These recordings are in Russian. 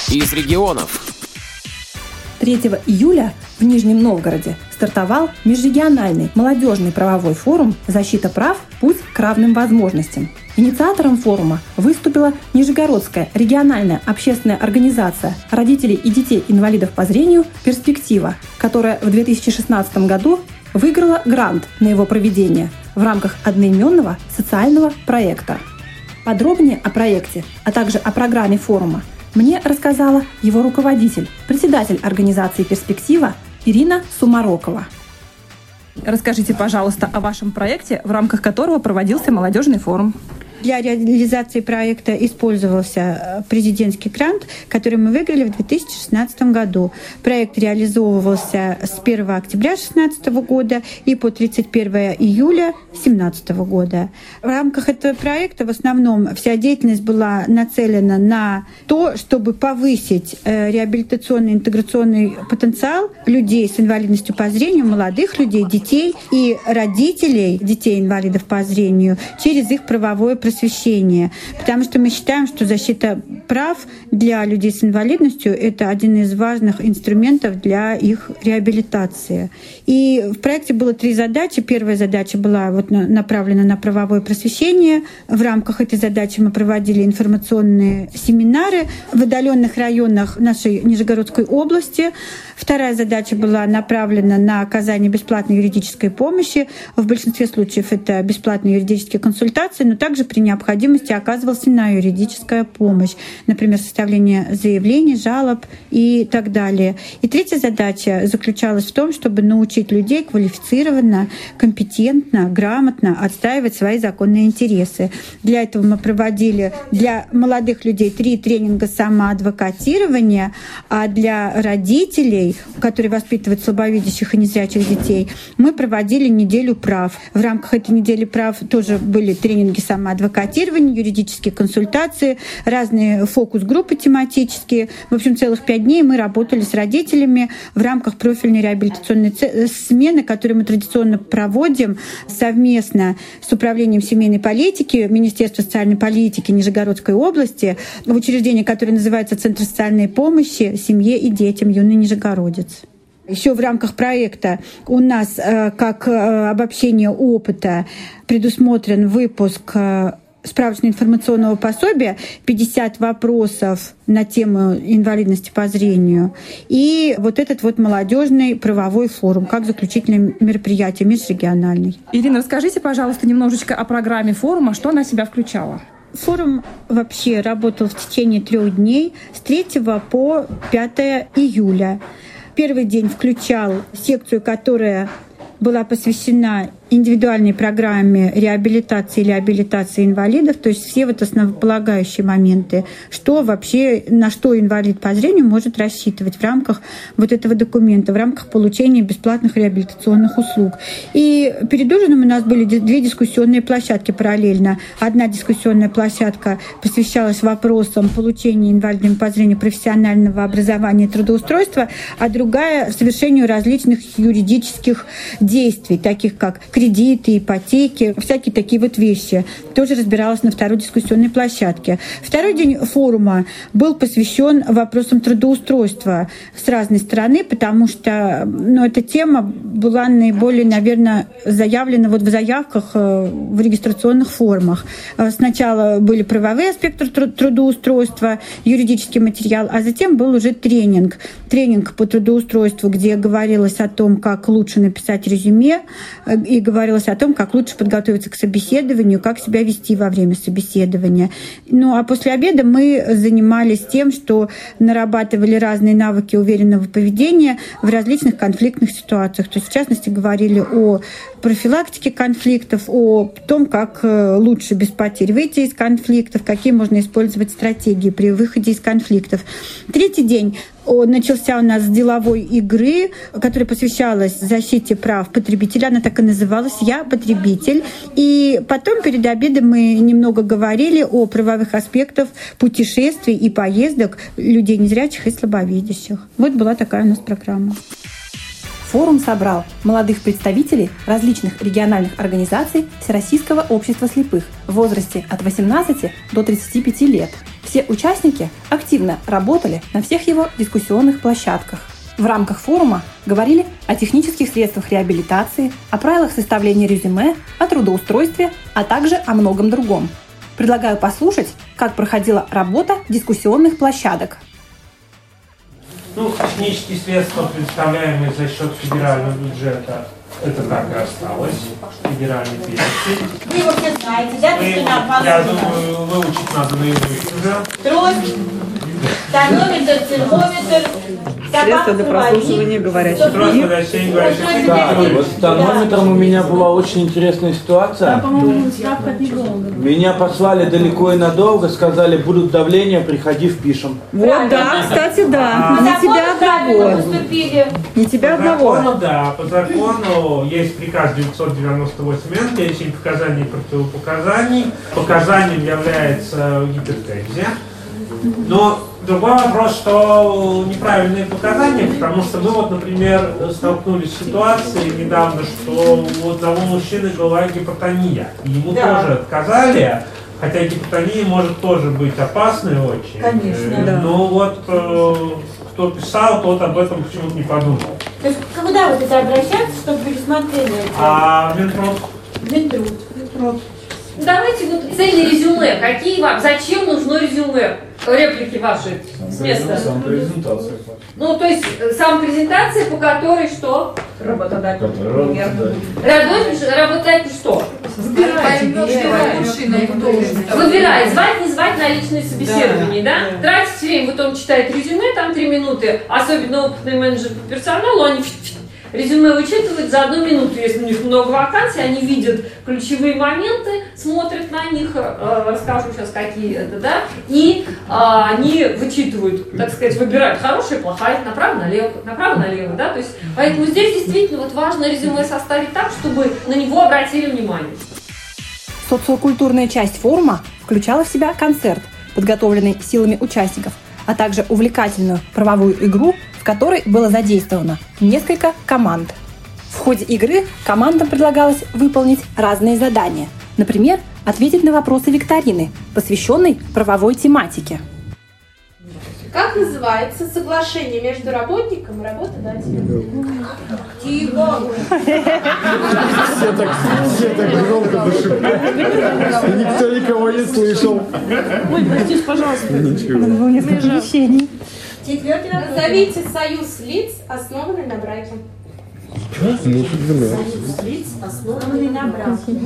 из регионов. 3 июля в Нижнем Новгороде стартовал межрегиональный молодежный правовой форум «Защита прав. Путь к равным возможностям». Инициатором форума выступила Нижегородская региональная общественная организация родителей и детей инвалидов по зрению «Перспектива», которая в 2016 году выиграла грант на его проведение в рамках одноименного социального проекта. Подробнее о проекте, а также о программе форума мне рассказала его руководитель, председатель организации «Перспектива» Ирина Сумарокова. Расскажите, пожалуйста, о вашем проекте, в рамках которого проводился молодежный форум. Для реализации проекта использовался президентский грант, который мы выиграли в 2016 году. Проект реализовывался с 1 октября 2016 года и по 31 июля 2017 года. В рамках этого проекта в основном вся деятельность была нацелена на то, чтобы повысить реабилитационный интеграционный потенциал людей с инвалидностью по зрению, молодых людей, детей и родителей детей-инвалидов по зрению через их правовое просвещение. Потому что мы считаем, что защита прав для людей с инвалидностью — это один из важных инструментов для их реабилитации. И в проекте было 3 задачи. Первая задача была направлена на правовое просвещение. В рамках этой задачи мы проводили информационные семинары в отдаленных районах нашей Нижегородской области. Вторая задача была направлена на оказание бесплатной юридической помощи. В большинстве случаев это бесплатные юридические консультации, но также при необходимости оказывалась иная юридическая помощь, например, составление заявлений, жалоб и так далее. И третья задача заключалась в том, чтобы научить людей квалифицированно, компетентно, грамотно отстаивать свои законные интересы. Для этого мы проводили для молодых людей 3 тренинга самоадвокатирования, а для родителей, которые воспитывают слабовидящих и незрячих детей, мы проводили неделю прав. В рамках этой недели прав тоже были тренинги самоадвокатирования, юридические консультации, разные фокус-группы тематические. В общем, целых 5 дней мы работали с родителями в рамках профильной реабилитационной смены, которую мы традиционно проводим совместно с Управлением семейной политики Министерства социальной политики Нижегородской области в учреждении, которое называется Центр социальной помощи семье и детям «Юный Нижегородец». Еще в рамках проекта у нас, как обобщение опыта, предусмотрен выпуск справочно-информационного пособия 50 вопросов на тему инвалидности по зрению. И этот молодежный правовой форум как заключительное мероприятие межрегиональный. Ирина, расскажите, пожалуйста, немножечко о программе форума, что она в себя включала. Форум вообще работал в течение 3 дней с 3 по 5 июля. Первый день включал секцию, которая была посвящена индивидуальной программе реабилитации или реабилитации инвалидов, то есть все основополагающие моменты, что вообще, на что инвалид по зрению может рассчитывать в рамках этого документа, в рамках получения бесплатных реабилитационных услуг. И перед ужином у нас были 2 дискуссионные площадки параллельно. Одна дискуссионная площадка посвящалась вопросам получения инвалидами по зрению профессионального образования и трудоустройства, а другая — совершению различных юридических действий, таких как кредиты, ипотеки, всякие такие вещи. Тоже разбиралась на 2-й дискуссионной площадке. Второй день форума был посвящен вопросам трудоустройства с разной стороны, потому что эта тема была наиболее, наверное, заявлена в заявках в регистрационных формах. Сначала были правовые аспекты трудоустройства, юридический материал, а затем был уже тренинг по трудоустройству, где говорилось о том, как лучше написать резюме, и говорилось о том, как лучше подготовиться к собеседованию, как себя вести во время собеседования. А после обеда мы занимались тем, что нарабатывали разные навыки уверенного поведения в различных конфликтных ситуациях. То есть, в частности, говорили о профилактике конфликтов, о том, как лучше без потерь выйти из конфликтов, какие можно использовать стратегии при выходе из конфликтов. 3-й день начался у нас с деловой игры, которая посвящалась защите прав потребителя. Она так и называлась «Я потребитель». И потом перед обедом мы немного говорили о правовых аспектах путешествий и поездок людей незрячих и слабовидящих. Была такая у нас программа. Форум собрал молодых представителей различных региональных организаций Всероссийского общества слепых в возрасте от 18 до 35 лет. Все Все участники активно работали на всех его дискуссионных площадках. В рамках форума говорили о технических средствах реабилитации, о правилах составления резюме, о трудоустройстве, а также о многом другом. Предлагаю послушать, как проходила работа дискуссионных площадок. Технические средства, представляемые за счет федерального бюджета, это так и осталось. Федеральный перечень. Вы его все знаете, да? Я думаю, выучить надо наизусть уже. Трость, тонометр, термометр. Средства для прослушивания говорящих людей. Так, вот с тонометром у меня была очень интересная ситуация. Меня послали далеко и надолго, сказали, будут давления, приходи, впишем. Вот, да, кстати, да. Не тебя одного. Не тебя одного. По закону есть приказ 998 перечень показаний и противопоказаний. Показанием является гипертензия. Но другой вопрос, что неправильные показания, потому что мы например, столкнулись с ситуацией недавно, что у одного мужчины была гипертония. Ему тоже отказали, хотя гипертония может тоже быть опасной очень. Конечно, да. Но кто писал, тот об этом почему-то не подумал. То есть куда вот это обращаться, чтобы пересмотрели это? Минтруд. Давайте цели резюме. Какие вам? Зачем нужно резюме? Реплики ваши с места. Самопрезентация. То есть самопрезентация, по которой что? Работодатель. Работодатель что? Выбирает, звать, не звать на личное собеседование, да? Тратить время, он читает резюме, там 3 минуты, особенно опытный менеджер по персоналу, они резюме вычитывают за 1 минуту, если у них много вакансий, они видят ключевые моменты, смотрят на них, расскажу сейчас, какие это, да, и они вычитывают, так сказать, выбирают хорошее, плохое, направо-налево, да, то есть, поэтому здесь действительно важно резюме составить так, чтобы на него обратили внимание. Социокультурная часть форума включала в себя концерт, подготовленный силами участников, а также увлекательную правовую игру, в которой было задействовано несколько команд. В ходе игры командам предлагалось выполнить разные задания. Например, ответить на вопросы викторины, посвященной правовой тематике. Как называется соглашение между работником и работодателем? Тихо! Все так громко зашептали. Никто никого не слышал. Ой, простите, пожалуйста. Ничего. Было несколько вещений. Назовите союз лиц, основанный на браке. Союз лиц, основанный на браке.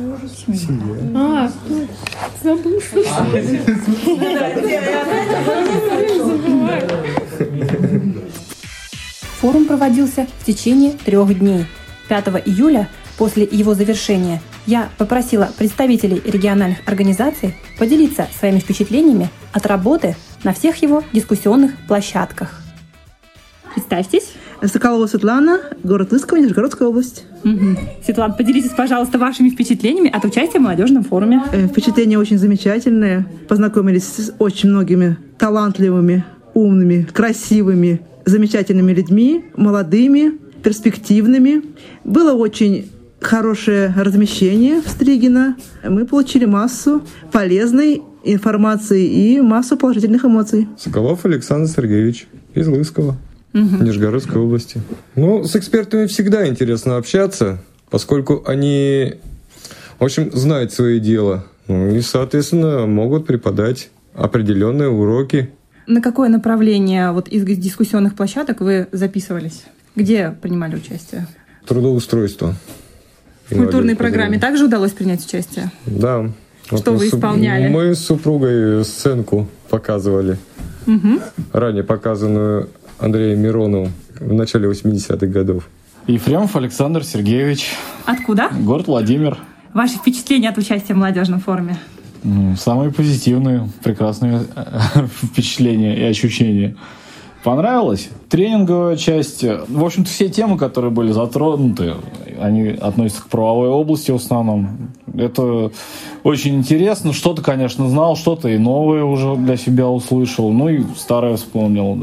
Форум проводился в течение 3 дней. 5 июля, после его завершения, я попросила представителей региональных организаций поделиться своими впечатлениями от работы на всех его дискуссионных площадках. Представьтесь. Соколова Светлана, город Лысково, Нижегородская область. Светлана, поделитесь, пожалуйста, вашими впечатлениями от участия в молодежном форуме. Впечатления очень замечательные. Познакомились с очень многими талантливыми, умными, красивыми, замечательными людьми, молодыми, перспективными. Было очень хорошее размещение в Стригино. Мы получили массу полезной информации и массу положительных эмоций. Соколов Александр Сергеевич из Лысково, Нижегородской области. С экспертами всегда интересно общаться, поскольку они, в общем, знают свое дело. И, соответственно, могут преподать определенные уроки. На какое направление из дискуссионных площадок вы записывались? Где принимали участие? Трудоустройство. В культурной программе также удалось принять участие? Да. Что вы исполняли? Мы с супругой сценку показывали. Ранее показанную Андреем Мироновым в начале 80-х годов. Ефремов Александр Сергеевич. Откуда? Город Владимир. Ваши впечатления от участия в молодежном форуме? Самые позитивные, прекрасные впечатления и ощущения. Понравилось? Тренинговая часть. В общем-то, все темы, которые были затронуты, они относятся к правовой области в основном. Это очень интересно. Что-то, конечно, знал, что-то и новое уже для себя услышал. И старое вспомнил, да.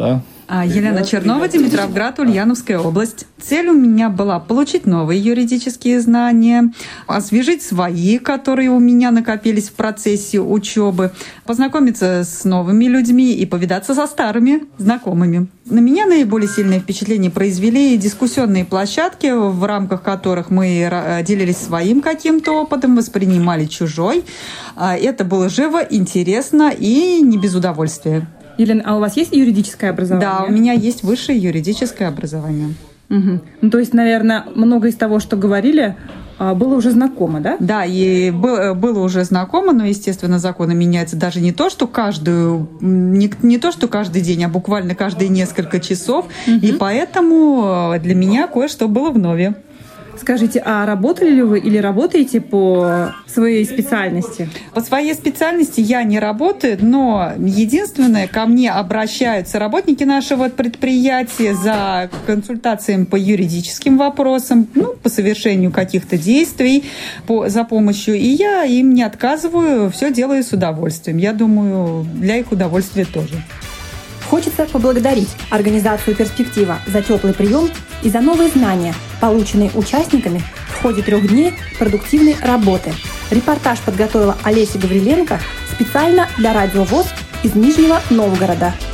Елена Чернова, Димитровград, Ульяновская область. Цель у меня была получить новые юридические знания, освежить свои, которые у меня накопились в процессе учебы, познакомиться с новыми людьми и повидаться со старыми знакомыми. На меня наиболее сильное впечатление произвели дискуссионные площадки, в рамках которых мы делились своим каким-то опытом, воспринимали чужой. Это было живо, интересно и не без удовольствия. Елена, а у вас есть юридическое образование? Да, у меня есть высшее юридическое образование. Угу. Ну, то есть, наверное, много из того, что говорили, было уже знакомо, да? Да, и было уже знакомо, но, естественно, законы меняются даже не то, что не то, что каждый день, а буквально каждые несколько часов. Угу. И поэтому для меня кое-что было вновь. Скажите, а работали ли вы или работаете по своей специальности? По своей специальности я не работаю, но единственное, ко мне обращаются работники нашего предприятия за консультациями по юридическим вопросам, по совершению каких-то действий, за помощью. И я им не отказываю, все делаю с удовольствием. Я думаю, для их удовольствия тоже. Хочется поблагодарить организацию «Перспектива» за теплый прием и за новые знания, полученные участниками в ходе 3 дней продуктивной работы. Репортаж подготовила Олеся Гавриленко специально для Радио ВОС из Нижнего Новгорода.